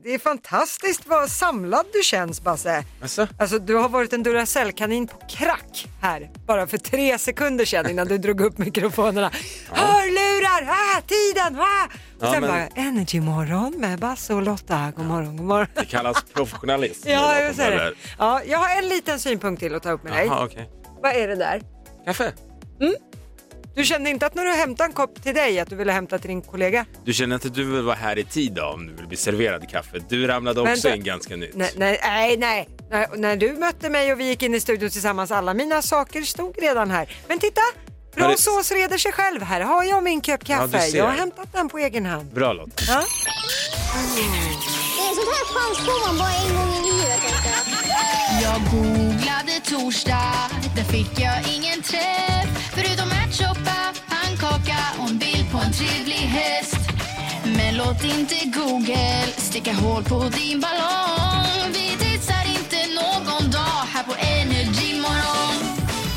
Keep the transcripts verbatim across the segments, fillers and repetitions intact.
det är fantastiskt vad samlad du känns, Basse. Alltså? Alltså du har varit en Duracell-kanin på krack här. Bara för tre sekunder sedan innan du drog upp mikrofonerna. Ja. Hörlurar, ah, tiden, ah! Och ja, sen men... bara, Energy morgon med Basse och Lotta. God morgon, god morgon. Det kallas professionalism. Ja, jag säger det. Ja, jag har en liten synpunkt till att ta upp med dig. Aha, okay. Vad är det där? Kaffe. Mm? Du kände inte att när du hämtade en kopp till dig att du ville hämta till din kollega? Du känner inte att du vill vara här i tid då, om du vill bli serverad kaffe? Du ramlade också Vänta. in ganska nytt. Nej, nej, nej. nej. När, när du mötte mig och vi gick in i studion tillsammans, alla mina saker stod redan här. Men titta, bra det... sås reder sig själv. Här har jag min kopp kaffe. Ja, jag har hämtat den på egen hand. Bra Lotta. Ja? Mm. Det är sånt här chans får man bara en gång i livet. Jag googlade torsdag, där fick jag ingen träff. Förutom ärtsoppa, pannkaka och en bild på en trevlig häst. Men låt inte Google sticka hål på din ballong. Vi tissar inte någon dag här på Energy morgon.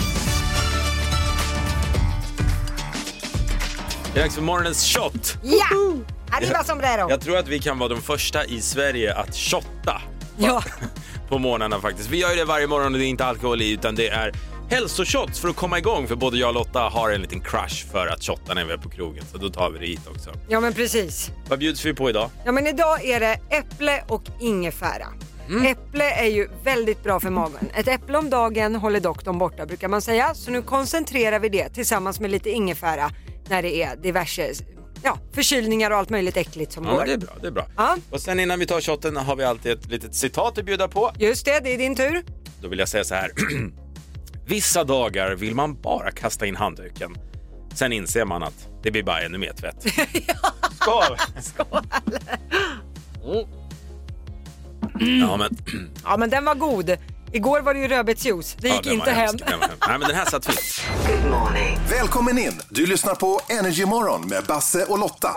Det är dags för morgonens shot. Ja! Arriba sombrero. Jag tror att vi kan vara de första i Sverige att shotta. Ja. På morgnarna faktiskt. Vi gör ju det varje morgon och det är inte alkohol i, utan det är hälsoshots för att komma igång. För både jag och Lotta har en liten crush för att shotta när vi är på krogen. Så då tar vi det hit också. Ja, men precis. Vad bjuds vi på idag? Ja, men idag är det äpple och ingefära. Mm. Äpple är ju väldigt bra för magen. Ett äpple om dagen håller doktorn borta, brukar man säga. Så nu koncentrerar vi det tillsammans med lite ingefära när det är diverse... Ja, förkylningar och allt möjligt äckligt som ja, går. det är bra, det är bra. Ja. Och sen innan vi tar shotten har vi alltid ett litet citat att bjuda på. Just det, det är din tur. Då vill jag säga så här. Vissa dagar vill man bara kasta in handduken. Sen inser man att det blir bara ännu mer tvätt. Ja. Skål! Skål! Mm. Ja, men... ja, men den var god. Igår var det ju rödbetsjuice. Det gick ja, inte hem. hem. Nej, men den här satt fint. Välkommen in. Du lyssnar på Energy Morgon med Basse och Lotta.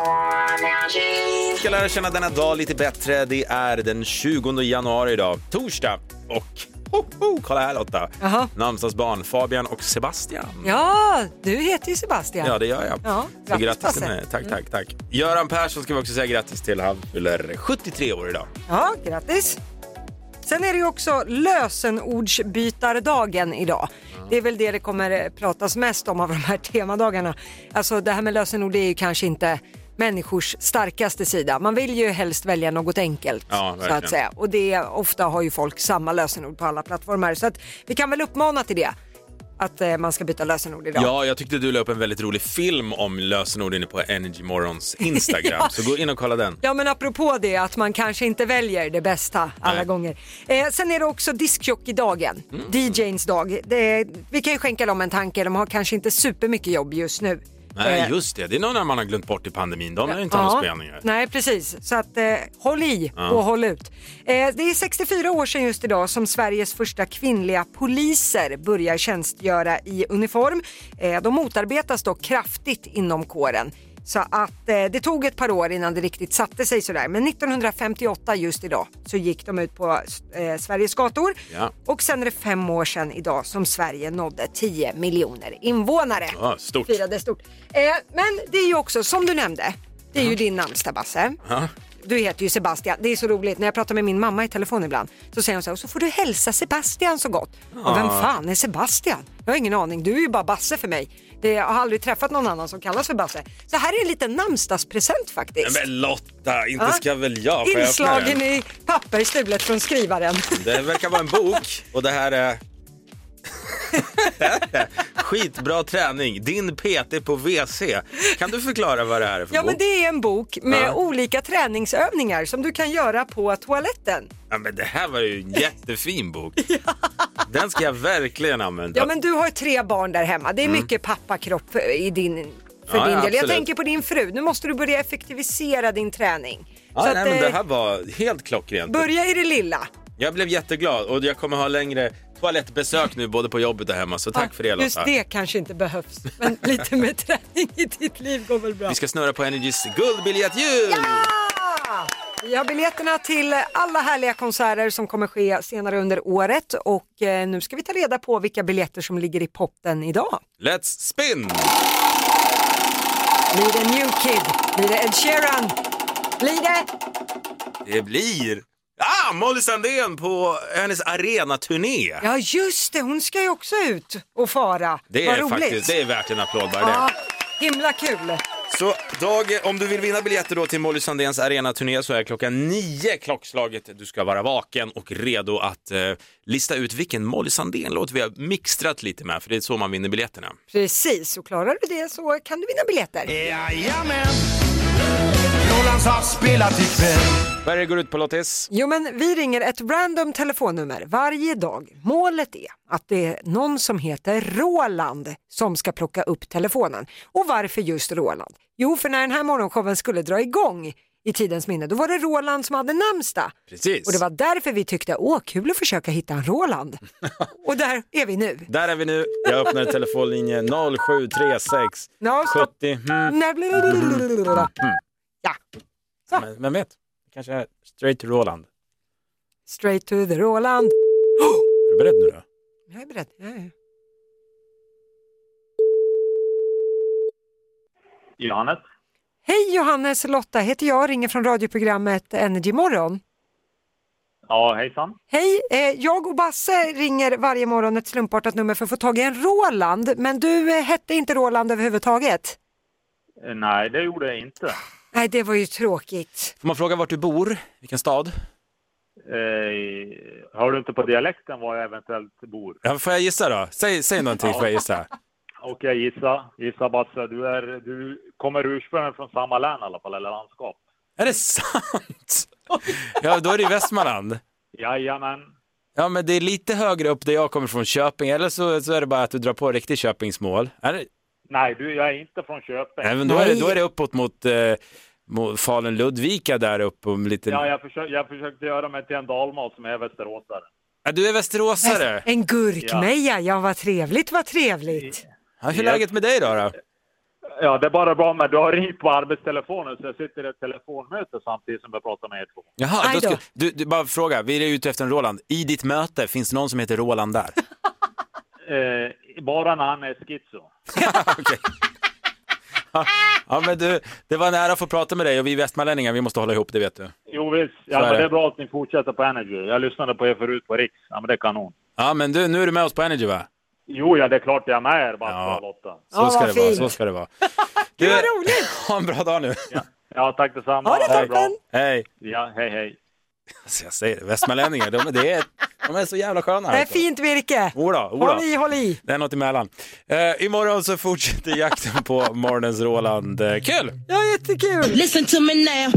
Vi ska lära känna denna dag lite bättre. Det är den tjugonde januari idag. Torsdag. Och... Oh, oh, kolla här Lotta. Namnsdagsbarn Fabian och Sebastian. Ja, du heter ju Sebastian. Ja, det gör jag. Ja, så grattis till mig. Tack, tack, tack. Göran Persson ska vi också säga grattis till. Han fyller sjuttiotre år idag. Ja, grattis. Sen är det ju också lösenordsbytardagen idag. Mm. Det är väl det det kommer pratas mest om av de här temadagarna. Alltså det här med lösenord är ju kanske inte människors starkaste sida. Man vill ju helst välja något enkelt, ja, så att säga. Och det ofta har ju folk samma lösenord på alla plattformar. Så att vi kan väl uppmana till det. Att eh, man ska byta lösenord idag. Ja, jag tyckte du la upp en väldigt rolig film om lösenord inne på Energy Morgons Instagram. ja. Så gå in och kolla den. Ja, men apropå det att man kanske inte väljer det bästa alla Nej. gånger. Eh, sen är det också diskjockeydagen. Mm. D J:ns dag. Det, vi kan ju skänka dem en tanke. De har kanske inte supermycket jobb just nu. Nej, just det. Det är någon man har glömt bort i pandemin. De har ju inte ja, några spelningar. Nej, precis. Så att eh, håll i ja. och håll ut. Eh, det är sextiofyra år sedan just idag som Sveriges första kvinnliga poliser börjar tjänstgöra i uniform. Eh, de motarbetas då kraftigt inom kåren. Så att eh, det tog ett par år innan det riktigt satte sig sådär. Men nittonhundrafemtioåtta just idag så gick de ut på eh, Sveriges gator. Ja. Och sen är det fem år sedan idag som Sverige nådde tio miljoner invånare. Ja, stort. Firade stort. Eh, men det är ju också, som du nämnde, det är ja. ju din namnsdag, Basse. Ja. Du heter ju Sebastian. Det är så roligt. När jag pratar med min mamma i telefon ibland så säger hon så här, och så får du hälsa Sebastian så gott. Ja. Och vem fan är Sebastian? Jag har ingen aning. Du är ju bara Basse för mig. Det, jag har aldrig träffat någon annan som kallas för Basse. Så här är en liten namnsdagspresent faktiskt. Men Lotta, inte ja. ska väl jag få Inslagen i papper stulet från skrivaren. Det verkar vara en bok och det här är... Skitbra träning. Din P T på V C. Kan du förklara vad det här är för ja, bok? Men det är en bok med ja. olika träningsövningar som du kan göra på toaletten. Ja, men det här var ju en jättefin bok. ja. Den ska jag verkligen använda. Ja, men du har tre barn där hemma. Det är mm. mycket pappakropp i din, för ja, din ja, del. Jag tänker på din fru. Nu måste du börja effektivisera din träning. Ja, så nej, att, men det här var helt klockrent. Börja i det lilla. Jag blev jätteglad och jag kommer ha längre toalettbesök nu både på jobbet och hemma, så tack ja, för det Lotta. Just det kanske inte behövs, men lite med träning i ditt liv går väl bra. Vi ska snurra på Energys guldbiljettjul! Ja! Vi har biljetterna till alla härliga konserter som kommer ske senare under året och eh, nu ska vi ta reda på vilka biljetter som ligger i potten idag. Let's spin! Blir det New Kid? Blir det Ed Sheeran? Blir det... Det blir... Ah, Molly Sandén på hennes arenaturné. Ja, just det. Hon ska ju också ut och fara. Det Vad är roligt. faktiskt, det är värt en applåd bara Ja, det. himla kul. Så Dag, om du vill vinna biljetter då till Molly Sandéns arenaturné så är klockan nio klockslaget. Du ska vara vaken och redo att eh, lista ut vilken Molly Sandén-låt vi har mixtrat lite med, för det är så man vinner biljetterna. Precis, och klarar du det så kan du vinna biljetter. Jajamän, Rolands har spelat ikväll. Vad är det går ut på, Lottis? Jo, men vi ringer ett random telefonnummer varje dag. Målet är att det är någon som heter Roland som ska plocka upp telefonen. Och varför just Roland? Jo, för när den här morgonshowen skulle dra igång i tidens minne, då var det Roland som hade namnsdag. Precis. Och det var därför vi tyckte, åh, kul att försöka hitta en Roland. Och där är vi nu. Där är vi nu. Jag öppnar telefonlinje noll sju tre sex sjuttio. Mm. Nej, blablabla. Ja, Men, men vet, kanske är straight to Roland. straight to the Roland. Är du beredd nu då? Jag är beredd. Ja, ja. Johannes. Hej Johannes, Lotta heter jag, ringer från radioprogrammet Energy Morgon. Ja, hejsan. Hej, eh, jag och Basse ringer varje morgon ett slumpartat nummer för att få tag i en Roland, men du eh, hette inte Roland överhuvudtaget. Eh, Nej, det gjorde jag inte. Nej, det var ju tråkigt. Får man fråga vart du bor? Vilken stad? Eh, hör du inte på dialekten var jag eventuellt bor? Ja, får jag gissa då? Säg, säg någonting, får jag gissa. Okej, gissa. Gissa Basse. Du, är, du kommer ursprungligen från samma län i alla fall, eller landskap. Är det sant? Ja, då är det i Västmanland. Jajamän. Ja, men det är lite högre upp där jag kommer från, Köping. Eller så, så är det bara att du drar på riktigt Köpingsmål. Är det... Nej, du, jag är inte från Köping. Nej, men då, är det, då är det uppåt mot, eh, mot Falun-Ludvika där uppe. Och lite... Ja, jag, försök, jag försökte göra mig till en dalmas som är västeråsare. Ja, du är västeråsare. En gurkmeja, ja vad trevligt, vad trevligt. Ja, hur är läget med dig då? då? Ja, det är bara bra, men du har ringt på arbetstelefonen så jag sitter i ett telefonmöte samtidigt som jag pratar med er två. Jaha, då ska, du, du, bara fråga, vi är ute efter en Roland. I ditt möte, finns det någon som heter Roland där? eh, bara när han är schizo. Okej. Ja, ja, men du, det var nära att få prata med dig och vi västmanlänningar, vi måste hålla ihop, det vet du. Jo visst, ja, men det är bra att ni fortsätter på Energy. Jag lyssnade på er förut på Riks, ja men det är kanon. Ja, men du, nu är du med oss på Energy, va? Jo, ja, det är klart jag är med er, bara ja. Lotta. Så ja, ska det fint. vara, så ska det vara. Du, det var roligt. Ha en bra dag nu. Ja, ja tack detsamma. Ha det Ha det bra. Hej. Ja, hej, hej. Alltså, jag säger det, västmanlänningar, de, det är, de är så jävla sköna. Det är alltså. fint virke. Oda, oda. Håll i, håll i. Det är något emellan. Uh, imorgon så fortsätter jakten på morgonens Roland. Uh, kul! Ja, jättekul. Listen to me now.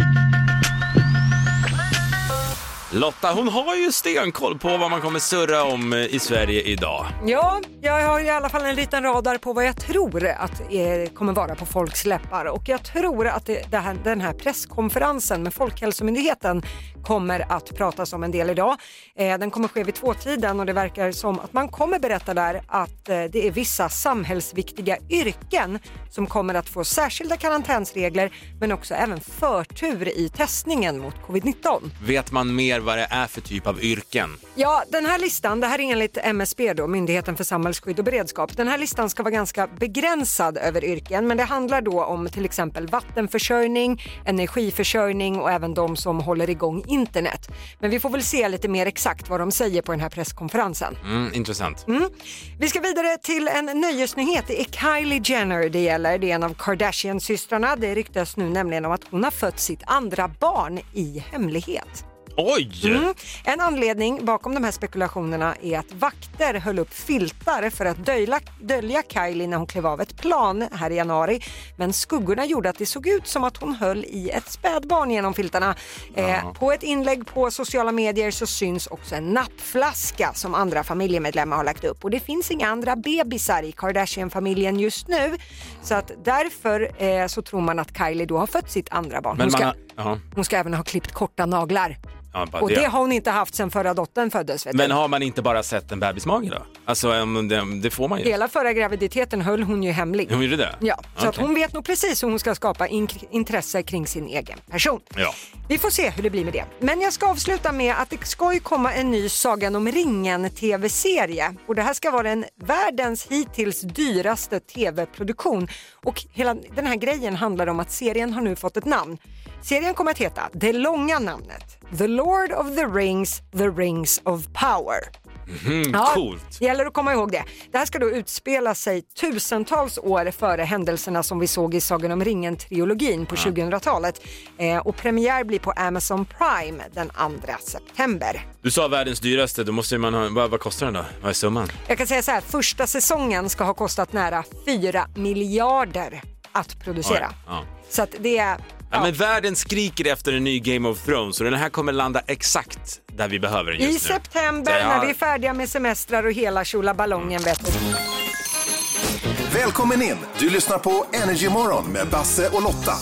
Lotta, hon har ju stenkoll på vad man kommer surra om i Sverige idag. Ja, jag har i alla fall en liten radar på vad jag tror att eh, kommer vara på folks läppar. Och jag tror att det, det här, den här presskonferensen med Folkhälsomyndigheten kommer att pratas om en del idag. Eh, den kommer ske vid tvåtiden och det verkar som att man kommer berätta där att eh, det är vissa samhällsviktiga yrken som kommer att få särskilda karantänsregler men också även förtur i testningen mot covid nitton. Vet man mer vad det är för typ av yrken? Ja, den här listan, det här är enligt M S B då, Myndigheten för samhällsskydd och beredskap. Den här listan ska vara ganska begränsad över yrken, men det handlar då om till exempel vattenförsörjning, energiförsörjning och även de som håller igång internet. Men vi får väl se lite mer exakt vad de säger på den här presskonferensen. Mm, intressant. Mm. Vi ska vidare till en nöjesnyhet. Det är Kylie Jenner det gäller. Det är en av Kardashian-systrarna. Det ryktas nu nämligen om att hon har fött sitt andra barn i hemlighet. Oj! Mm. En anledning bakom de här spekulationerna är att vakter höll upp filtar för att dölja, dölja Kylie när hon klev av ett plan här i januari. Men skuggorna gjorde att det såg ut som att hon höll i ett spädbarn genom filtarna. Eh, på ett inlägg på sociala medier så syns också en nappflaska som andra familjemedlemmar har lagt upp. Och det finns inga andra bebisar i Kardashian-familjen just nu. Så att därför eh, så tror man att Kylie då har fött sitt andra barn. Hon ska, har... hon ska även ha klippt korta naglar. Ja, och det. det har hon inte haft sedan förra dottern föddes. Vet Men du. har man inte bara sett en bebismage då? Alltså det, det får man ju. Hela förra graviditeten höll hon ju hemlig. Hon gjorde det? Ja, så okay. att hon vet nog precis hur hon ska skapa in- intresse kring sin egen person. Ja. Vi får se hur det blir med det. Men jag ska avsluta med att det ska ju komma en ny Sagan om ringen-tv-serie. Och det här ska vara den världens hittills dyraste tv-produktion. Och hela den här grejen handlar om att serien har nu fått ett namn. serien kommer att heta det långa namnet The Lord of the Rings, The Rings of Power. Mm, ja, coolt. Det gäller att komma ihåg det. Det här ska då utspela sig tusentals år före händelserna som vi såg i Sagan om ringen-trilogin på ja. tjugohundratalet. Eh, och premiär blir på Amazon Prime den andra september. Du sa världens dyraste, då måste man ha, vad, vad kostar den då? Vad är summan? Jag kan säga så här, första säsongen ska ha kostat nära fyra miljarder att producera. Oj, ja. Så att det är... Ja. Ja, men världen skriker efter en ny Game of Thrones och den här kommer landa exakt där vi behöver den just I nu. september, ja. när vi är färdiga med semestrar och hela tjolaballongen, vet du. Välkommen in! Du lyssnar på Energy Morgon med Basse och Lotta.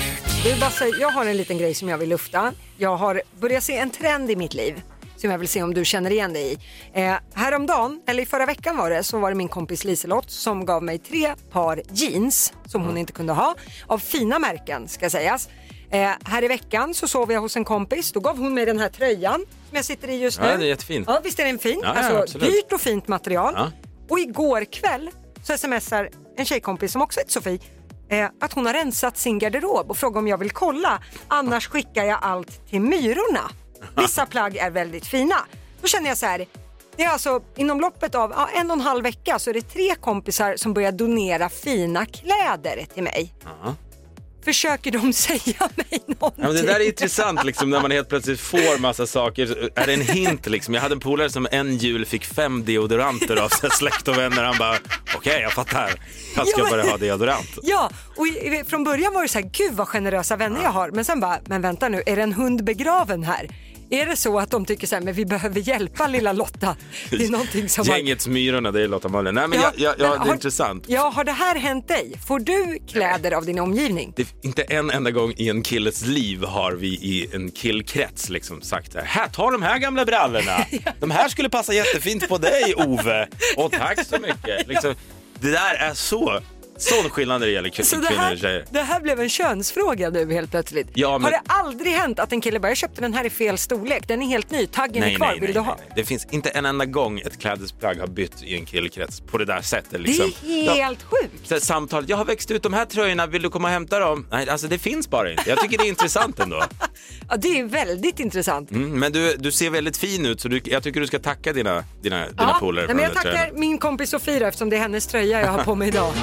Du Basse, jag har en liten grej som jag vill lufta. Jag har börjat se en trend i mitt liv som jag vill se om du känner igen dig i. Eh, häromdagen, eller i förra veckan var det, så var det min kompis Liselott som gav mig tre par jeans som hon inte kunde ha. Av fina märken, ska sägas. Eh, här i veckan så sov jag hos en kompis. Då gav hon mig den här tröjan som jag sitter i just nu. Ja, det är jättefint. Ja, visst är den fin? Ja, alltså, ja, dyrt och fint material. Ja. Och igår kväll så smsar en tjejkompis som också heter Sofie eh, att hon har rensat sin garderob och frågar om jag vill kolla. Annars skickar jag allt till Myrorna. Vissa plagg är väldigt fina. Då känner jag så här, det är alltså inom loppet av ja, en och en halv vecka så är det tre kompisar som börjar donera fina kläder till mig. Uh-huh. Försöker de säga mig någonting? Ja, men det där är intressant liksom, när man helt plötsligt får massa saker. Är det en hint liksom? Jag hade en polare som en jul fick fem deodoranter av sig släkt och vänner. Han bara, okej okay, jag fattar. Jag ska ja, men, börja ha deodorant. Ja, och i, från början var det så här, gud vad generösa vänner ja. jag har. Men sen bara, men vänta nu, är det en hund begraven här? Är det så att de tycker så här, men vi behöver hjälpa lilla Lotta? Det är någonting som Gängets har... Myrorna, det är Lotta Möller. Nej men, ja, ja, ja, men det är har... intressant. Ja, har det här hänt dig? Får du kläder av din omgivning? Det, inte en enda gång i en killes liv har vi i en killkrets liksom sagt här. Här, ta de här gamla brallorna. De här skulle passa jättefint på dig, Ove. Och tack så mycket. Liksom, det där är så... Sån skillnad när det gäller k- så kvinnor det här, och tjejer. Det här blev en könsfråga nu helt plötsligt. Ja, men... Har det aldrig hänt att en kille bara, jag köpte den här i fel storlek, den är helt ny, taggen nej, är kvar, nej, vill nej, du nej, ha? nej. Det finns inte en enda gång ett klädesplagg har bytt i en killkrets på det där sättet. Liksom. Det är helt ja. sjukt. Så samtal, jag har växt ut de här tröjorna, vill du komma och hämta dem? Nej, alltså det finns bara inte. Jag tycker det är intressant ändå. Ja, det är väldigt intressant. Mm, men du, du ser väldigt fin ut så du, jag tycker du ska tacka dina, dina, dina ja, polare. Nej, men jag tackar tröjorna. Min kompis Sofia eftersom det är hennes tröja jag har på mig idag.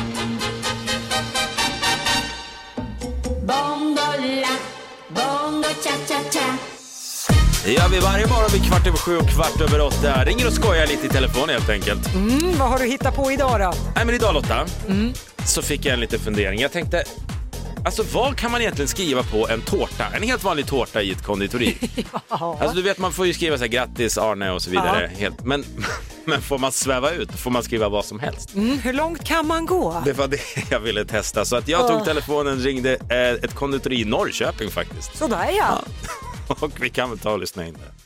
Bongo la, bongo cha cha cha. Det gör vi varje morgon vid kvart över sju och kvart över åtta. Ringer och skojar lite i telefon helt enkelt. Mm, vad har du hittat på idag då? Nej men idag Lotta, mm. så fick jag en liten fundering. Jag tänkte, alltså vad kan man egentligen skriva på en tårta? En helt vanlig tårta i ett konditori. ja. Alltså du vet, man får ju skriva så här, grattis Arne och så vidare. Ja. Helt, men, men får man sväva ut? Får man skriva vad som helst? Mm, hur långt kan man gå? Det var det jag ville testa. Så att jag tog telefonen och ringde eh, ett konditori i Norrköping faktiskt. Sådär ja. ja. Och vi kan väl ta och lyssna in det.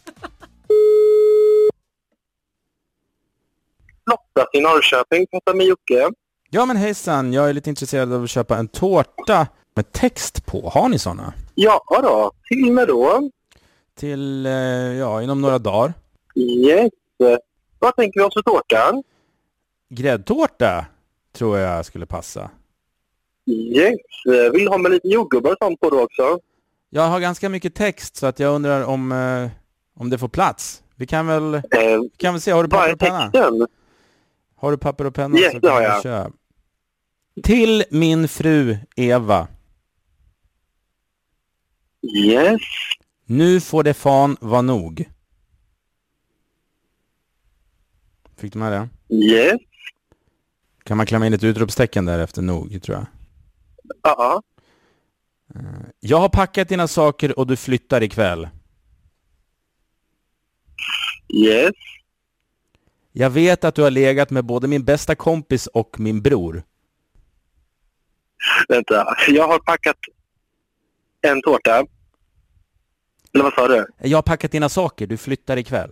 Lotta i Norrköping, pratar med Jocke. Ja men hejsan, jag är lite intresserad av att köpa en tårta med text på. Har ni såna? Ja då, till med då. Till, eh, ja, inom några dagar. Yes. Vad tänker vi oss för tårtan? Gräddtårta tror jag skulle passa. Yes. Vill du ha med lite jordgubbar och sånt på då också? Jag har ganska mycket text så att jag undrar om, eh, om det får plats. Vi kan väl, eh, vi kan väl se, har du papper och penna? Texten? Har du papper och penna? Yes, så det kan har vi jag. köra. Till min fru Eva. Yes. Nu får det fan vara nog. Fick du med det? Yes. Kan man klämma in ett utropstecken där efter nog, tror jag. Ja. Uh, jag har packat dina saker och du flyttar ikväll. Yes. Jag vet att du har legat med både min bästa kompis och min bror. Vänta, jag har packat en tårta. Eller vad sa du? Jag har packat dina saker, du flyttar ikväll.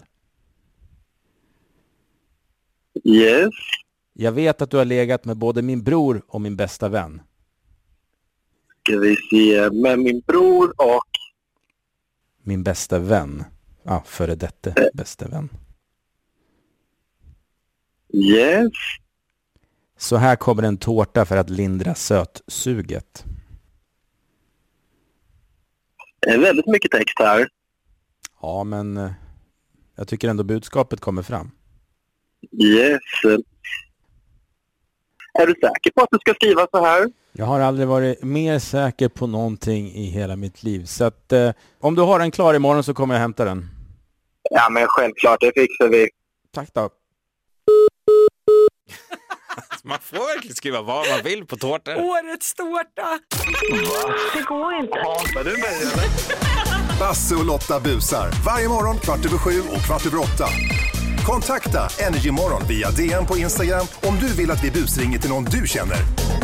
Yes. Jag vet att du har legat med både min bror och min bästa vän. Ska vi se, med min bror och... Min bästa vän. Ja, ah, före detta äh. bästa vän. Yes. Så här kommer en tårta för att lindra sötsuget. Det är väldigt mycket text här. Ja, men eh, jag tycker ändå budskapet kommer fram. Yes. Är du säker på att du ska skriva så här? Jag har aldrig varit mer säker på någonting i hela mitt liv. Så att eh, om du har den klar imorgon så kommer jag hämta den. Ja, men självklart, det fixar vi. Tack då. Man får verkligen skriva vad man vill på tårtor. Årets tårta! Det går inte. Hatar du mig eller? Basse och Lotta busar. Varje morgon kvart över sju och kvart över åtta. Kontakta Energy Morgon via D M på Instagram om du vill att vi busringer till någon du känner.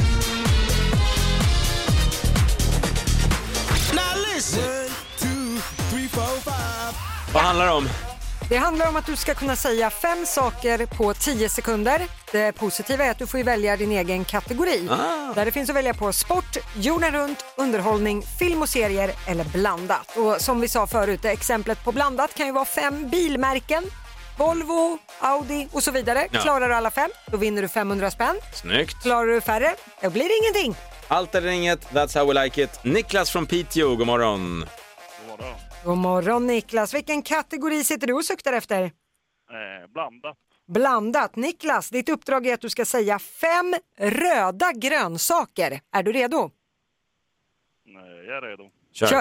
Vad handlar det om? Det handlar om att du ska kunna säga fem saker på tio sekunder. Det positiva är att du får ju välja din egen kategori. Ah. Där det finns att välja på sport, jorden runt, underhållning, film och serier eller blandat. Och som vi sa förut, det exemplet på blandat kan ju vara fem bilmärken. Volvo, Audi och så vidare. Ja. Klarar du alla fem, då vinner du femhundra spänn. Snyggt. Klarar du färre, då blir det ingenting. Allt eller inget, that's how we like it. Niklas från Piteå, god morgon. God morgon Niklas. Vilken kategori sitter du och suktar efter? Eh, blandat. Blandat. Niklas, ditt uppdrag är att du ska säga fem röda grönsaker. Är du redo? Nej, jag är redo. Kör. Kör. Eh,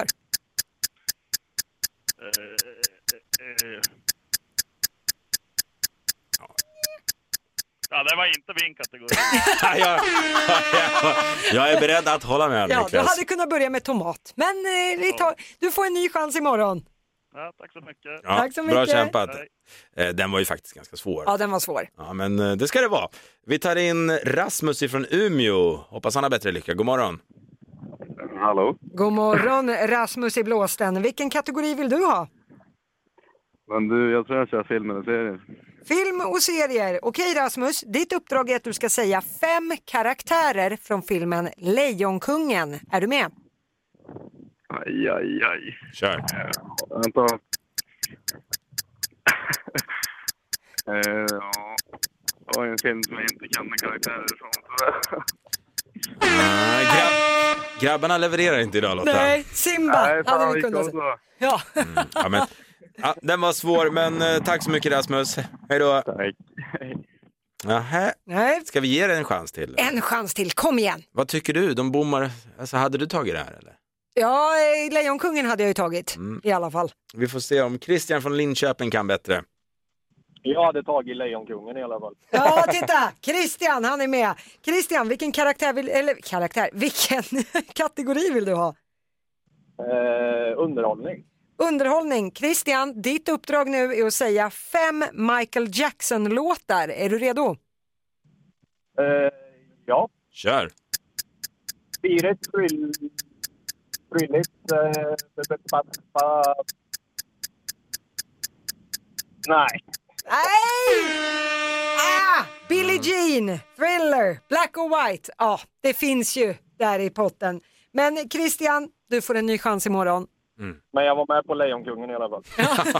eh, eh. Ja, det var inte min kategori. jag, jag är beredd att hålla med, Ja, Niklas. du hade kunnat börja med tomat. Men eh, vi tar, du får en ny chans imorgon. Ja, tack så mycket. Ja, Tack så bra mycket. kämpat. Eh, Den var ju faktiskt ganska svår. Ja, den var svår. Ja, men eh, det ska det vara. Vi tar in Rasmus från Umeå. Hoppas han har bättre lycka. God morgon. Hallå? God morgon Rasmus i Blåsten. Vilken kategori vill du ha? Men du, jag tror jag kör film eller serier. Film och serier. Okej Rasmus, ditt uppdrag är att du ska säga fem karaktärer från filmen Lejonkungen. Är du med? Aj, aj, aj. Kör. Äh, vänta. uh, ja. Det var en film som jag inte kan med karaktärer från. Ah, grabb... Grabbarna levererar inte idag, Lotta. Nej, Simba Nej, fan, hade vi vi kunnat kom säga. så. Ja. Mm, ja, men, ja, den var svår, men eh, tack så mycket Rasmus. Hej då. Tack. Nähä. Nej. Ska vi ge dig en chans till? En chans till, kom igen. Vad tycker du? De bommar... Alltså, hade du tagit det här eller? Ja, eh, Lejonkungen hade jag ju tagit Mm. i alla fall. Vi får se om Christian från Linköping kan bättre. Jag hade tagit Lejonkungen i alla fall. Ja, titta! Christian, han är med. Christian, vilken karaktär vill... Eller karaktär, vilken kategori vill du ha? Eh, underhållning. Underhållning. Christian, ditt uppdrag nu är att säga fem Michael Jackson-låtar. Är du redo? Eh, ja. Kör. Spirit, thrill, thrilligt, eh, nej. Nej! Ah! Billie Jean, Thriller, Black or White. Ja, det finns ju där i potten. Men Christian, du får en ny chans imorgon. Men jag var med på Lejonkungen i alla fall.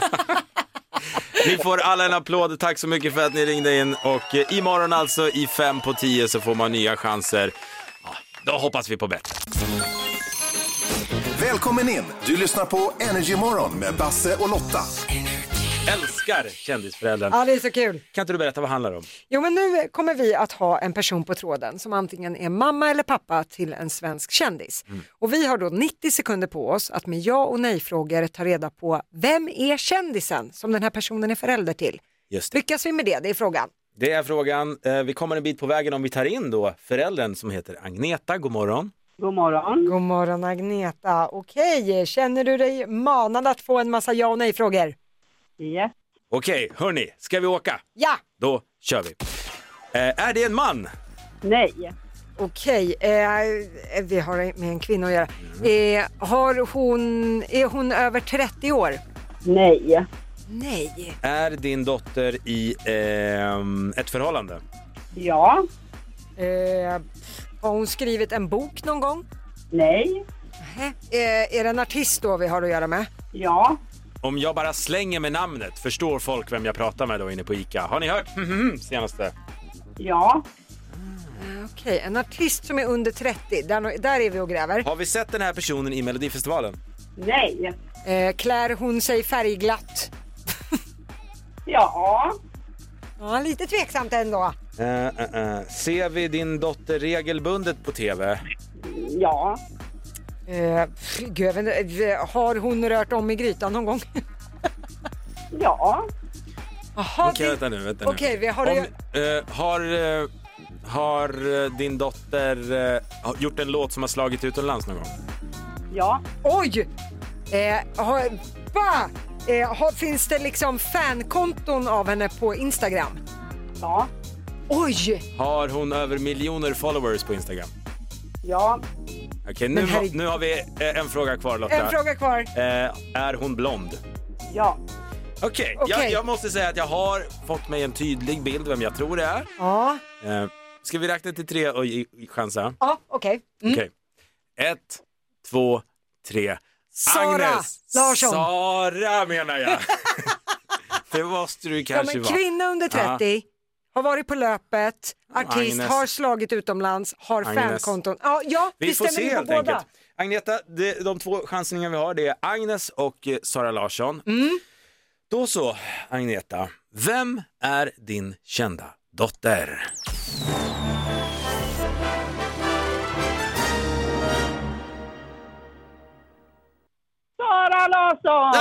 Ni får alla en applåd. Tack så mycket för att ni ringde in. Och eh, imorgon alltså i fem på tio så får man nya chanser. Ja, då hoppas vi på bättre. Välkommen in! Du lyssnar på Energy Morgon med Basse och Lotta. Älskar Kändisföräldern. Ja, det är så kul. Kan inte du berätta vad det handlar om? Jo, men nu kommer vi att ha en person på tråden som antingen är mamma eller pappa till en svensk kändis. Mm. Och vi har då nittio sekunder på oss att med ja och nej-frågor ta reda på vem är kändisen som den här personen är förälder till. Just det. Lyckas vi med det? Det är frågan. Det är frågan. Eh, Vi kommer en bit på vägen om vi tar in då föräldern som heter Agneta. God morgon. God morgon. God morgon Agneta. Okej, känner du dig manad att få en massa ja och nej-frågor? Yes. Okej, hörni, ska vi åka? Ja. Då kör vi. Eh, är det en man? Nej. Okej, eh, vi har med en kvinna att göra. Eh, har hon, är hon över trettio år? Nej. Nej. Är din dotter i ehm, ett förhållande? Ja. Eh, har hon skrivit en bok någon gång? Nej. Eh, är det en artist då vi har att göra med? Ja. Om jag bara slänger med namnet, förstår folk vem jag pratar med då inne på ICA? Har ni hört senaste? Ja. Okej, okay, en artist som är under trettio, där, där är vi och gräver. Har vi sett den här personen i Melodifestivalen? Nej. Eh, klär hon sig färgglatt? Ja. Ja, lite tveksamt ändå. Uh, uh, uh. Ser vi din dotter regelbundet på tv? Ja. Eh, gud, jag vet inte, har hon rört om i grytan någon gång? Ja. Jaha, Okej, vänta nu, vänta nu. Okej, vi har Om, det... eh, har, eh, har eh, din dotter eh, gjort en låt som har slagit utomlands någon gång? Ja. Oj! Eh, har, va? Eh, har, finns det liksom fankonton av henne på Instagram? Ja. Oj! Har hon över miljoner followers på Instagram? Ja. Okej, nu, Men herregud. nu har vi eh, en fråga kvar, Lotta. En fråga kvar. Eh, är hon blond? Ja. Okej, Okej. jag, jag måste säga att jag har fått mig en tydlig bild vem jag tror det är. Ja. Eh, ska vi räkna till tre och ge- chansa? Ja, okej. Mm. Okej. Ett, två, tre. Sara Agnes Larsson. Sara menar jag. Det måste du Ja, kanske men vara. kvinna under trettio, har varit på löpet, artist, Agnes. har slagit utomlands, har Agnes. fankonton. Ja, ja Vi det får stämmer se in helt på båda. enkelt. Agneta, det, de två chansningar vi har det är Agnes och eh, Sara Larsson. Mm. Då så, Agneta. Vem är din kända dotter? Sara Larsson!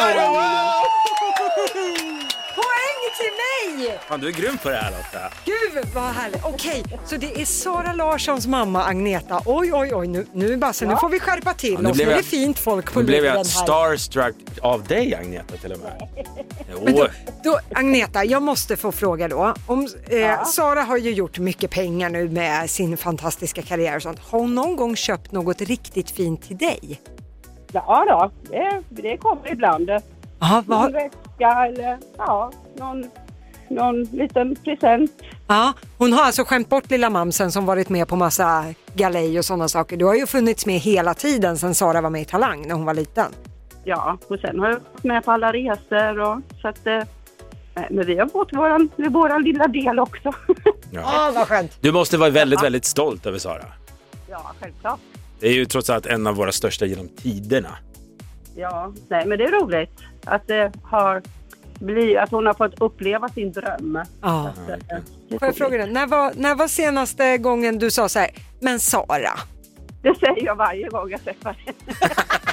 Poäng till mig! Fan, du är grym på det här, Lotta. Gud vad härligt. Okej, så det är Sara Larssons mamma Agneta. Oj, oj, oj, nu, nu, Basse, nu får vi skärpa till Ja, nu oss. blev Nu är jag- det fint folk på Nu blev luren jag här. starstruck av dig, Agneta, till och med. Men Jo. då, då, Agneta, jag måste få fråga då. Om, eh, Sara har ju gjort mycket pengar nu med sin fantastiska karriär och sånt. Har hon någon gång köpt något riktigt fint till dig? Ja då, det, det kommer ibland. Aha, Någon vad, väska eller ja, någon, någon liten present. ja, hon har alltså skämt bort lilla mamsen som varit med på massa galej och sådana saker. Du har ju funnits med hela tiden sedan Sara var med i Talang när hon var liten. Ja, och sen har jag varit med på alla resor och så att eh, men vi har fått våran, våran lilla del också. Ja, vad skönt. Du måste vara väldigt, väldigt stolt över Sara. Ja, självklart. Det är ju trots allt en av våra största genom tiderna. Ja, nej men det är roligt att det har blivit, att hon har fått uppleva sin dröm. Ja. Så att, eh, det är Får jag fråga dig, när var, när var senaste gången du sa så här, men Sara? Det säger jag varje gång jag träffar henne.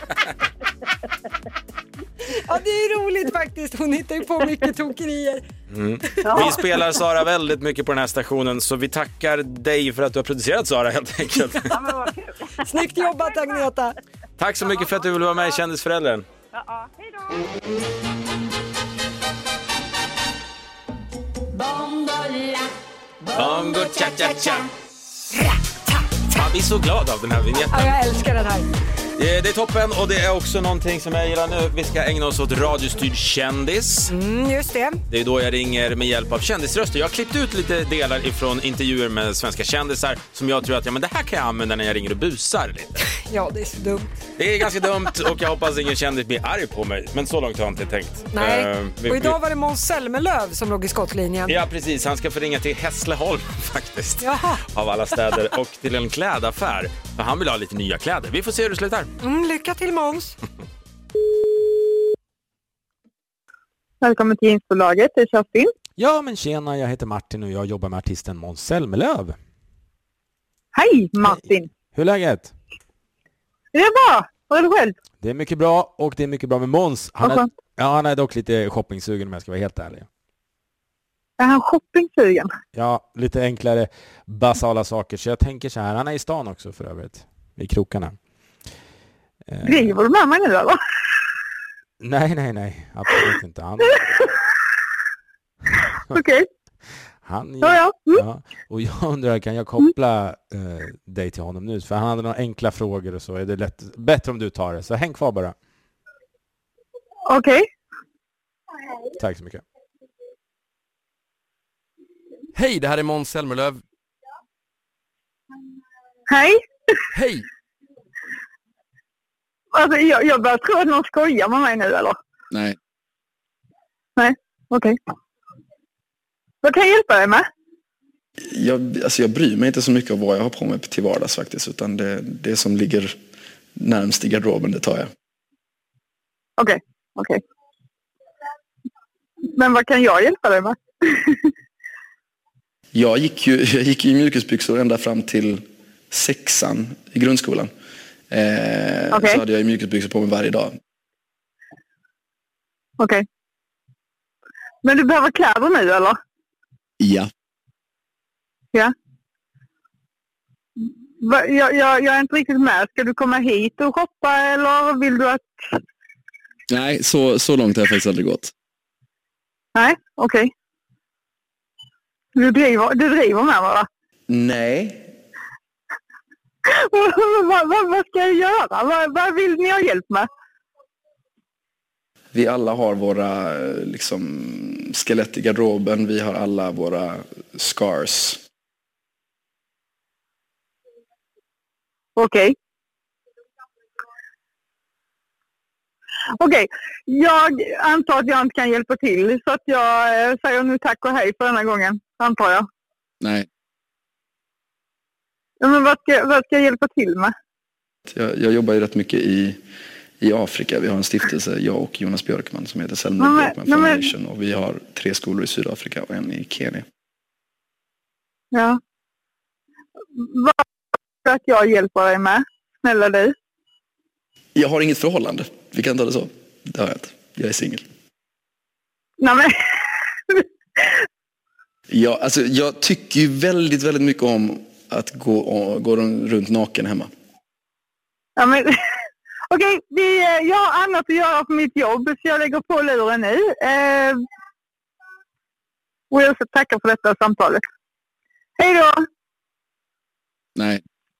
Ja, det är roligt faktiskt. Hon hittar ju på mycket tokerier. Mm. Vi spelar Sara väldigt mycket på den här stationen, så vi tackar dig för att du har producerat Sara helt enkelt. Ja, men vad kul. Snyggt jobbat, Agneta. Tack så mycket för att du ville vara med i Kändisföräldern. Ja, ja, hej då. Bongo cha cha cha. Man blir så glad av den här vignetten. Ja, jag älskar den här. Det det är toppen, och det är också någonting som jag gillar nu. Vi ska ägna oss åt radiostyrd kändis. Mm, just det. Det är då jag ringer med hjälp av kändisröster. Jag har klippt ut lite delar ifrån intervjuer med svenska kändisar som jag tror att ja, men det här kan jag använda när jag ringer och busar lite. Ja, det är så dumt. Det är ganska dumt och jag hoppas ingen kändis blir arg på mig. Men så långt har jag inte tänkt. Nej, Eh, vi- och idag var det Måns Zelmerlöw som låg i skottlinjen. Ja, precis. Han ska få ringa till Hässleholm faktiskt. Jaha. Av alla städer, och till en klädaffär. För han vill ha lite nya kläder. Vi får se hur det slutar. Mm, lycka till, Måns. Välkommen till Jeansbolaget, det är Kerstin. Ja, men tjena, jag heter Martin och jag jobbar med artisten Måns Zelmerlöw. Hej Martin! Hur är läget? Det är bra, vad är det själv? Det är mycket bra, och det är mycket bra med Måns. Han Vad är, skönt. ja, han är dock lite shoppingsugen om jag ska vara helt ärlig. Är han shoppingsugen? Ja, lite enklare basala saker. Så jag tänker så här, han är i stan också för övrigt. I krokarna. Eh, Driver du med mig nu eller? nej, nej, nej. Absolut inte. Han, Okej, han, ja ja. Mm. ja. Och jag undrar, kan jag koppla eh, dig till honom nu? För han hade några enkla frågor och så. Är det lätt, bättre om du tar det. Så häng kvar bara. Okej. Tack så mycket. Hej, det här är Måns Zelmerlöw. Hej. Hej! Alltså jag, jag börjar tro att någon skojar med mig nu eller? Nej. Nej, okej. Vad kan jag hjälpa dig med? Jag, alltså jag bryr mig inte så mycket om vad jag har på mig till vardags faktiskt, utan det, det som ligger närmst i garderoben, det tar jag. Okej, okej. Men vad kan jag hjälpa dig med? Jag gick ju jag gick i mjukisbyxor ända fram till sexan i grundskolan. Eh, okay. Så hade jag mjukisbyxor på mig varje dag. Okej. Okay. Men du behöver kläder nu, eller? Ja. Ja. Va, jag, jag, jag är inte riktigt med. Ska du komma hit och shoppa, eller vill du att... Nej, så, så långt har jag faktiskt aldrig gått. Nej, okej. Okay. Du driver, du driver med, va? Nej. vad, vad, vad ska jag göra? Vad, vad vill ni ha hjälp med? Vi alla har våra liksom, skelett i garderoben. Vi har alla våra scars. Okej. Okay. Okej, okay. Jag antar att jag inte kan hjälpa till. Så att jag eh, säger nu tack och hej för den här gången, antar jag. Nej. Ja, men vad ska, vad ska jag hjälpa till med? Jag, jag jobbar ju rätt mycket i, i Afrika. Vi har en stiftelse, jag och Jonas Björkman, som heter Selma Björkman Foundation. Men... Och vi har tre skolor i Sydafrika och en i Kenya. Ja. Vad ska att jag hjälper dig med? Snälla dig. Jag har inget förhållande. Vi kan ta det så. Det har jag inte. Jag är singel. Nej, men... ja, alltså, jag tycker ju väldigt, väldigt mycket om att gå, gå runt naken hemma. Ja, men... Okej, vi, jag har annat att göra på mitt jobb, så jag lägger på luren nu. Eh... Och jag ska tacka för detta samtalet. Hej då! Nej.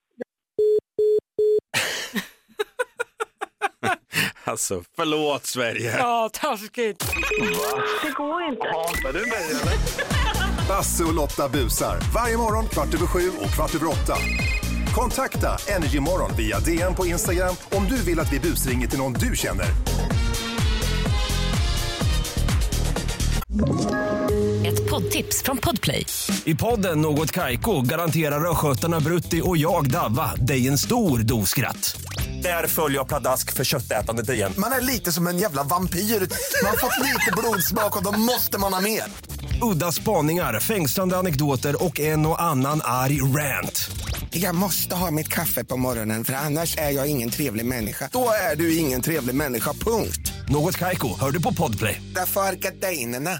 Alltså, förlåt Sverige. Ja, taskigt. Det går inte. Hatar du mig eller? Basse och Lotta busar. Varje morgon kvart över sju och kvart över åtta. Kontakta Energy Morgon via D M på Instagram om du vill att vi busringer till någon du känner. Ett poddtips från Podplay. I podden Något Kaiko garanterar röskötarna Brutti och jag Davva dig en stor doskratt. Där följer jag pladask för köttätandet igen. Man är lite som en jävla vampyr. Man har fått lite blodsmak och då måste man ha mer. Udda spaningar, fängslande anekdoter och en och annan arg rant. Jag måste ha mitt kaffe på morgonen, för annars är jag ingen trevlig människa. Då är du ingen trevlig människa, punkt. Något Kaiko, hör du på Podplay. Därför är gardinerna.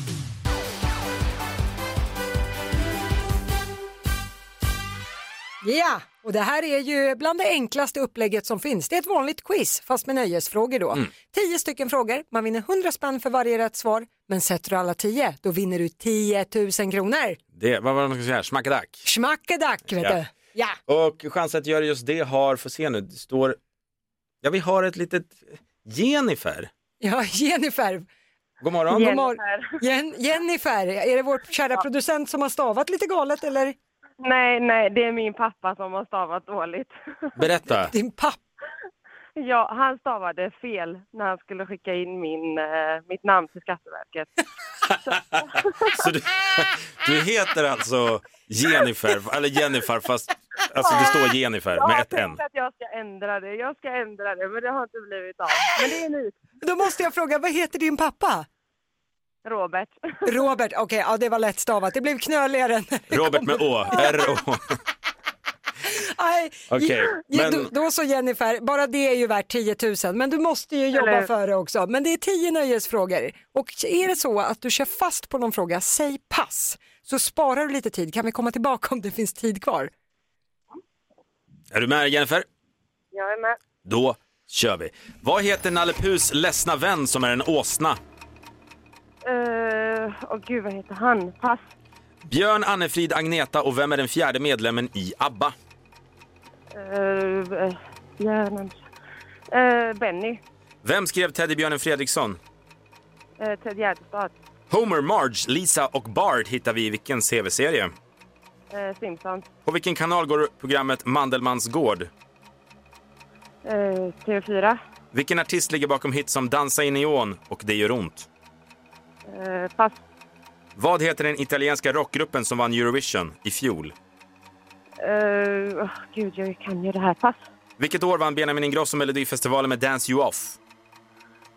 Ja, och det här är ju bland det enklaste upplägget som finns. Det är ett vanligt quiz, fast med nöjesfrågor då. Mm. Tio stycken frågor, man vinner hundra spänn för varje rätt svar. Men sätter du alla tio, då vinner du tiotusen kronor. Det, vad var det man ska säga? Schmackadack. Schmackadack, vet ja. du. Ja. Och chansen att göra just det har, får se nu, det står... Ja, vi har ett litet Jennifer. Ja, Jennifer. God morgon. God mor- Jen- Jennifer, är det vår kära ja. producent som har stavat lite galet, eller? Nej, nej, det är min pappa som har stavat dåligt. Berätta. Din pappa? Ja, han stavade fel när han skulle skicka in min, eh, mitt namn till Skatteverket. Så du, du heter alltså Jennifer, eller Jennifer, fast alltså det står Jennifer med ett N. Jag tänkte att jag ska ändra det, jag ska ändra det, men det har inte blivit av. Men det är nytt. Då måste jag fråga, vad heter din pappa? Robert. Robert, okej, okay, ja det var lätt stavat. Det blev knöligare. Robert med Å, R-O. Okej, men... då, då så Jennifer, bara det är ju värt tiotusen, men du måste ju jobba Eller... för det också. Men det är tio nöjesfrågor. Och är det så att du kör fast på någon fråga, säg pass. Så sparar du lite tid, kan vi komma tillbaka om det finns tid kvar? Är du med Jennifer? Jag är med. Då kör vi. Vad heter Nalle Puhs ledsna vän som är en åsna? Åh uh, oh, gud, vad heter han? Pass. Björn, Annefrid, Agneta och vem är den fjärde medlemmen i ABBA? Uh, Björn, uh, Benny. Vem skrev Teddybjörnen Fredriksson? Uh, Ted Gärdestad. Homer, Marge, Lisa och Bart hittar vi i vilken tv-serie? Uh, Simpsons. På vilken kanal går programmet Mandelmans gård? Uh, T V fyra. Vilken artist ligger bakom hit som Dansa i neon och Det gör ont? Uh, pass. Vad heter den italienska rockgruppen som vann Eurovision i fjol? Uh, oh, gud, jag kan ju det här. Pass. Vilket år vann Benjamin Ingrosso Melodifestivalen med Dance You Off?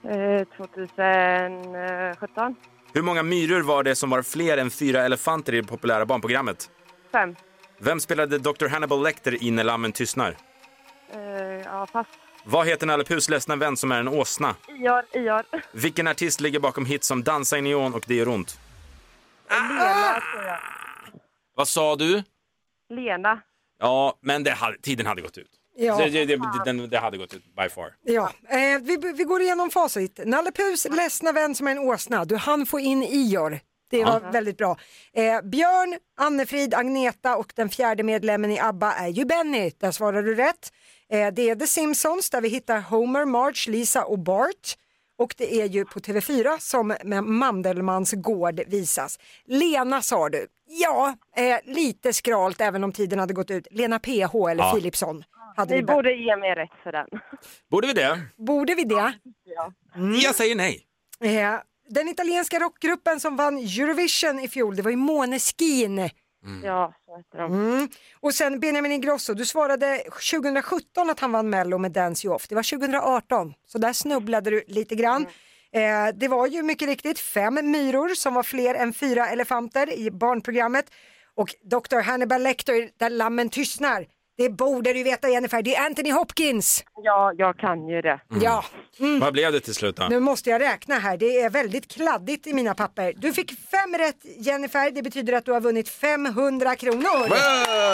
Eh, tjugohundrasjutton. Hur många myror var det som var fler än fyra elefanter i det populära barnprogrammet? Fem. Vem spelade doktor Hannibal Lecter i När lammen tystnar? Eh, ja, pass. Vad heter Nalle Puhs ledsna vän som är en åsna? Ior, Ior. Vilken artist ligger bakom hits som Dansa i neon och Det gör ont? Lena, tror jag. Vad sa du? Lena. Ja, men det hade, tiden hade gått ut. Ja. Det, det, det, det, det hade gått ut by far. Ja, eh, vi, vi går igenom facit. Nalle Puhs ledsna vän som är en åsna. Du hann få in Ior. Det var Ja. väldigt bra. Eh, Björn, Annefrid, Agneta och den fjärde medlemmen i ABBA är ju Benny. Där svarar du rätt. Eh, det är The Simpsons där vi hittar Homer, Marge, Lisa och Bart. Och det är ju på T V fyra som med Mandelmans gård visas. Lena sa du. Ja, eh, lite skralt även om tiden hade gått ut. Lena P H eller Ja. Philipsson. Hade Ni vi borde ge mig rätt för den. Borde vi det? Borde vi det? Ja. Mm. Jag säger nej. Eh, den italienska rockgruppen som vann Eurovision i fjol, det var ju Måneskin. Mm. Ja, så heter de. Mm. Och sen Benjamin Ingrosso, du svarade tjugohundrasjutton att han vann Mello med Dance You Off. Det var tjugohundraarton, så där snubblade du lite grann. Mm. Eh, det var ju mycket riktigt fem myror som var fler än fyra elefanter i barnprogrammet. Och doktor Hannibal Lecter, där lammen tystnar. Det borde du veta, Jennifer, det är Anthony Hopkins. Ja, jag kan ju det. Mm. Ja. Mm. Vad blev det till slut då? Nu måste jag räkna här, det är väldigt kladdigt i mina papper. Du fick fem rätt, Jennifer, det betyder att du har vunnit femhundra kronor. Wow!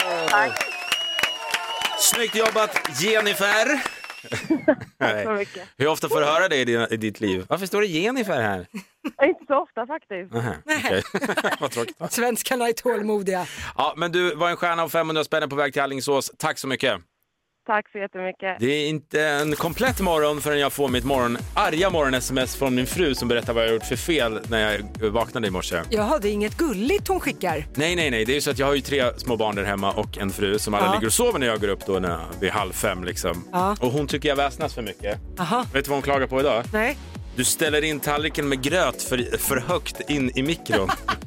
Snyggt jobbat, Jennifer. Tack så mycket. Hur ofta får du höra det i, din, i ditt liv? Varför står det Jennifer här? Inte så ofta faktiskt. Aha, okay. Vad tråkigt. Svenskarna är tålmodiga. Ja, men du var en stjärna av femhundra spänn på väg till Alingsås. Tack så mycket. Tack så jättemycket. Det är inte en komplett morgon förrän jag får mitt morgon, arga morgon-sms från min fru som berättar vad jag har gjort för fel när jag vaknade i morse. Jaha, det är inget gulligt hon skickar. Nej, nej, nej. Det är ju så att jag har ju tre små barn där hemma och en fru som alla Ja. ligger och sover när jag går upp då när, vid halv fem liksom. Ja. Och hon tycker jag väsnas för mycket. Aha. Vet du vad hon klagar på idag? Nej. Du ställer in tallriken med gröt för, för högt in i mikron.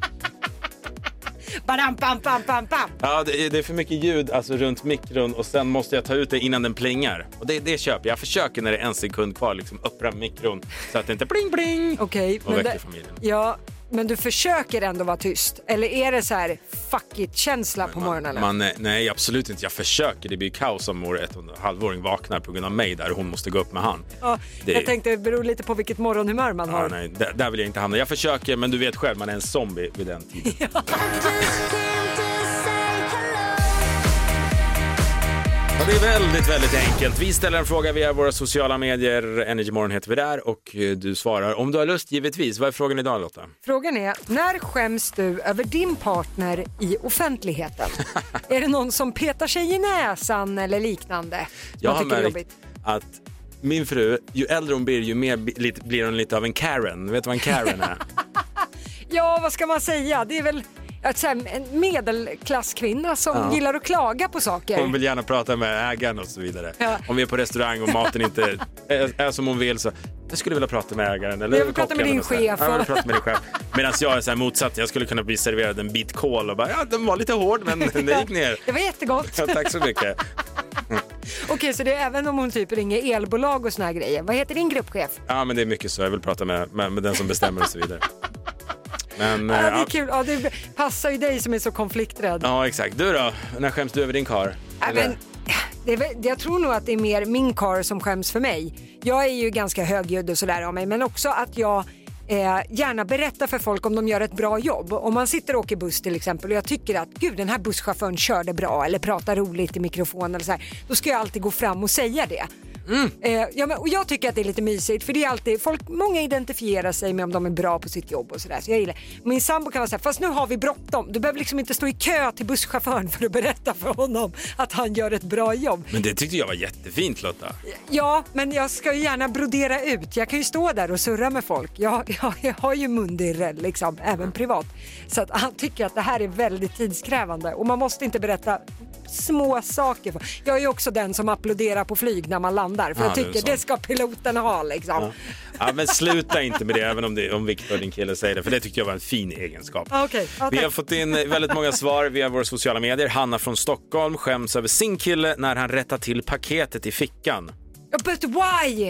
Badam, bam, bam, bam, bam. Ja, det är, det är för mycket ljud alltså, runt mikron och sen måste jag ta ut det innan den plingar. Och det, det köper jag. Jag försöker när det är en sekund kvar liksom öppna mikron så att det inte pling pling Okej, och men väcker det- familjen. Ja, men du försöker ändå vara tyst. Eller är det så här fuck it-känsla på morgonen? Man, eh, nej, absolut inte. Jag försöker. Det blir kaos om vår ett och en halvåring vaknar på grund av mig där hon måste gå upp med han. Ja, det- Jag tänkte det beror lite på vilket morgonhumör man Ja, har. nej, där, där vill jag inte hamna. Jag försöker, men du vet själv, man är en zombie vid den tiden. Ja, det är väldigt, väldigt enkelt. Vi ställer en fråga via våra sociala medier. Energy Morgon heter vi där och eh, du svarar om du har lust givetvis. Vad är frågan idag, Lotta? Frågan är, när skäms du över din partner i offentligheten? Är det någon som petar sig i näsan eller liknande? Jag Man har tycker det är märkt jobbigt? att min fru, ju äldre hon blir, ju mer bi- lite, blir hon lite av en Karen. Vet du vad en Karen är? Ja, vad ska man säga? Det är väl att så här, en medelklasskvinna som Ja. gillar att klaga på saker. Hon vill gärna prata med ägaren och så vidare. Ja. Om vi är på restaurang och maten inte är, är som hon vill så jag skulle vilja prata med ägaren. Eller Jag vill prata med kocken din och så här. chef. Ja, jag vill prata med din chef. Medan jag är så här motsatt. Jag skulle kunna bli serverad en bit kål och bara, ja den var lite hård men det gick ner. Det var jättegott. Ja, tack så mycket. Okej, så det är även om hon typ ringer elbolag och såna här grejer. Vad heter din gruppchef? Ja, men det är mycket så. Jag vill prata med, med, med den som bestämmer och så vidare. Men, Ja, eh, det är ja. kul. Ja, det passar ju dig som är så konflikträdd. Ja, exakt. Du då? När skäms du över din karl? Ja, men, det är, väl- jag tror nog att det är mer min karl som skäms för mig. Jag är ju ganska högljudd och sådär av mig, men också att jag eh, gärna berättar för folk om de gör ett bra jobb. Om man sitter och åker buss till exempel och jag tycker att gud, den här busschauffören körde bra eller pratar roligt i mikrofon eller så här, då ska jag alltid gå fram och säga det. Mm. Eh, ja, men, och jag tycker att det är lite mysigt för det är alltid, folk, många identifierar sig med om de är bra på sitt jobb och sådär, så jag gillar. Min sambo kan vara såhär, fast nu har vi bråttom, du behöver liksom inte stå i kö till busschauffören för att berätta för honom att han gör ett bra jobb. Men det tyckte jag var jättefint, Lotta. Ja, men jag ska ju gärna brodera ut, jag kan ju stå där och surra med folk, jag, jag, jag har ju mundirr liksom, även privat, så att han tycker att det här är väldigt tidskrävande och man måste inte berätta små saker. Jag är ju också den som applåderar på flyg när man landar, för Ja, jag det är tycker så. det ska piloten ha liksom. Ja. Ja, men sluta inte med det, även om, det, om Victor, din kille, säger det. För det tyckte jag var en fin egenskap. Ah, okej. Ja, Vi tack. har fått in väldigt många svar via våra sociala medier. Hanna från Stockholm skäms över sin kille när han rättar till paketet i fickan. But why?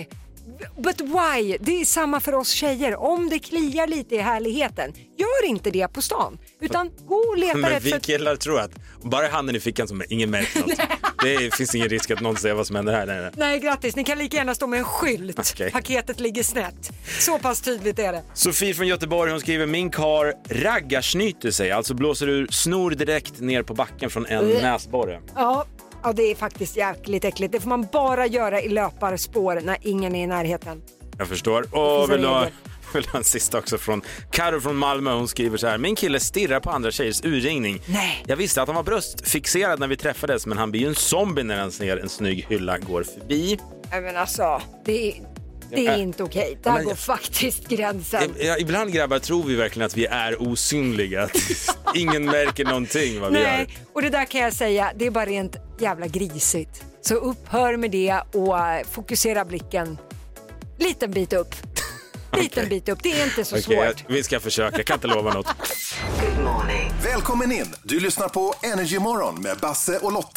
But why? Det är samma för oss tjejer. Om det kliar lite i härligheten, gör inte det på stan. Utan gå och leta Men rätt vi för... killar tror att bara handen i fickan som ingen märker något. Det finns ingen risk att någon ser vad som händer här. Nej, nej. Nej, grattis. Ni kan lika gärna stå med en skylt. Okay. Paketet ligger snett. Så pass tydligt är det. Sofie från Göteborg, hon skriver: min kar raggarsnyter sig, alltså blåser ur snor direkt ner på backen från en mm. näsborre. Ja. Ja, det är faktiskt jäkligt äckligt. Det får man bara göra i löparspår när ingen är i närheten. Jag förstår. Och vill ha, vill ha en sista också från Karo från Malmö. Hon skriver så här: min kille stirrar på andra tjejers urringning. Nej. Jag visste att han var bröstfixerad när vi träffades, men han blir ju en zombie när han ser en snygg hylla går förbi. Ja, men alltså, det är... Det är inte okej. Okay. Där ja, men, går faktiskt gränsen. Ja, ibland grabbar tror vi verkligen att vi är osynliga. Ingen märker någonting vad vi Nej, gör. Och det där kan jag säga, det är bara rent jävla grisigt. Så upphör med det och fokusera blicken liten bit upp. Liten okay. bit upp, det är inte så okay, svårt. Vi ska försöka, jag kan inte lova något. Good morning. Välkommen in, du lyssnar på Energy Morgon med Basse och Lotta.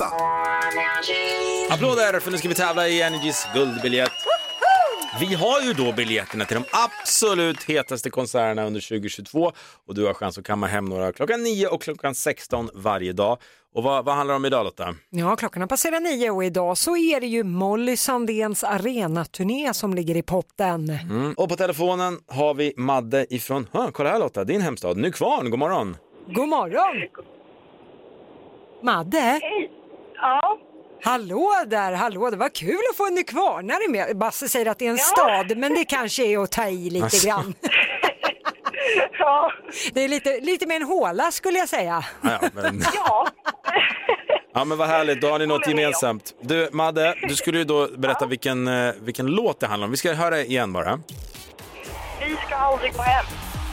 Applåder, för nu ska vi tävla i Energys guldbiljett. Vi har ju då biljetterna till de absolut hetaste konserterna under tjugohundratjugotvå och du har chans att kamma hem några klockan nio och klockan sexton varje dag. Och vad, vad handlar det om idag, Lotta? Ja, klockan har passerat nio och idag så är det ju Molly Sandéns arenaturné som ligger i potten. Mm. Och på telefonen har vi Madde ifrån, hö, kolla här Lotta, din hemstad, Nykvarn, god morgon. God morgon. Madde? Hej, ja. Hallå där, hallå, det var kul att få en nykvarnare med. Basse säger att det är en ja. stad, men det kanske är att ta i lite alltså. grann. Ja. Det är lite, lite mer en håla skulle jag säga. Ja, men... ja. ja, men vad härligt, då har ni något gemensamt. Du, Madde, du skulle ju då berätta ja. vilken, vilken låt det handlar om. Vi ska höra igen bara. Vi ska aldrig gå hem.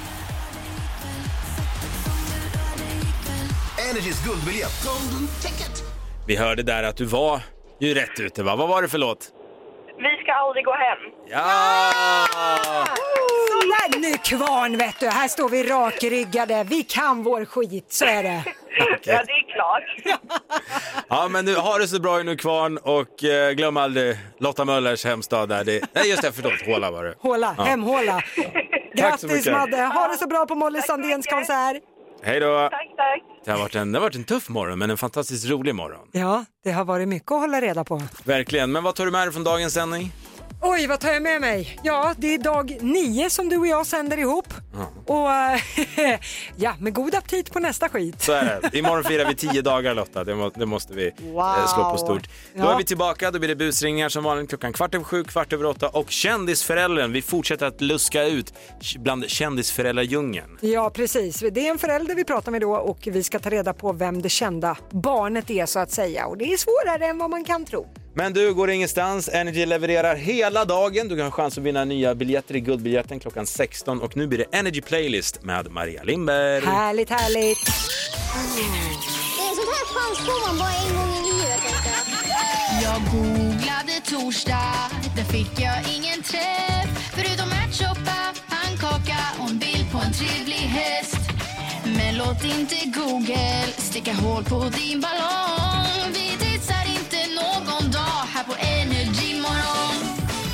Energys guldbiljett. Golden ticket. Vi hörde där att du var ju rätt ute, va? Vad var det för låt? Vi ska aldrig gå hem. Ja! Så där nu kvarn, vet du. Här står vi rakryggade. Vi kan vår skit, så är det. Okay. Ja, det är klart. Ja, men nu har det så bra i Nykvarn och eh, glöm aldrig Lotta Möllers hemstad där. Det, nej, just det, förlåt. Håla var det. Håla, ja. hemhåla. Grattis, Madde. Ha det så bra på Molly Sandéns konsert. Hej då. Tack, tack. Det har, varit en, det har varit en tuff morgon, men en fantastiskt rolig morgon. Ja, det har varit mycket att hålla reda på. Verkligen, men vad tar du med dig från dagens sändning? Oj, vad tar jag med mig? Ja, det är dag nio som du och jag sänder ihop. Ja. Och ja, med god aptit på nästa skit. Så är det. Imorgon firar vi tio dagar, Lotta. Det, må, det måste vi wow. slå på stort. Ja. Då är vi tillbaka. Då blir det busringar som vanligt klockan kvart över sju, kvart över åtta. Och kändisföräldern. Vi fortsätter att luska ut bland kändisföräldradjungeln. Ja, precis. Det är en förälder vi pratar med då och vi ska ta reda på vem det kända barnet är, så att säga. Och det är svårare än vad man kan tro. Men du går ingenstans. Energy levererar hela dagen. Du kan ha chans att vinna nya biljetter i guldbiljetten klockan sexton. Och nu blir det Energy Playlist med Maria Lindberg. Härligt, härligt. Mm. Det är sånt här chans får man bara en gång i livet. Jag googlade torsdag, där fick jag ingen träff. Förutom ärtsoppa, pannkaka och en bild på en trevlig häst. Men låt inte Google sticka hål på din ballong. Vi titsar inte någon dag här på Energy Morgon.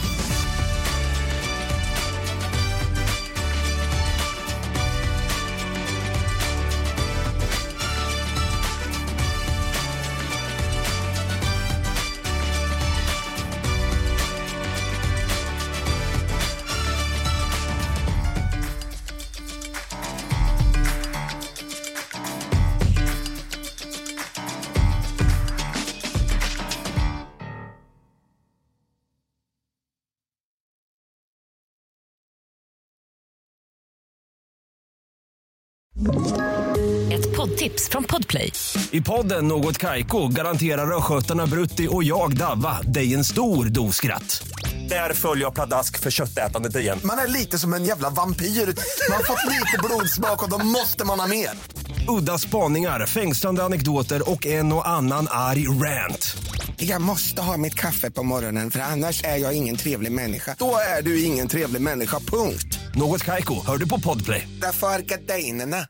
Ett poddtips från Podplay. I podden Något Kaiko garanterar röskötarna Brutti och jag Davva dig en stor dos skratt. Där följer jag pladask för köttätandet igen. Man är lite som en jävla vampyr. Man har fått lite blodsmak och då måste man ha mer. Udda spaningar, fängslande anekdoter och en och annan arg rant. Jag måste ha mitt kaffe på morgonen för annars är jag ingen trevlig människa. Då är du ingen trevlig människa, punkt. Något Kaiko, hör du på Podplay. Därför är gardinerna.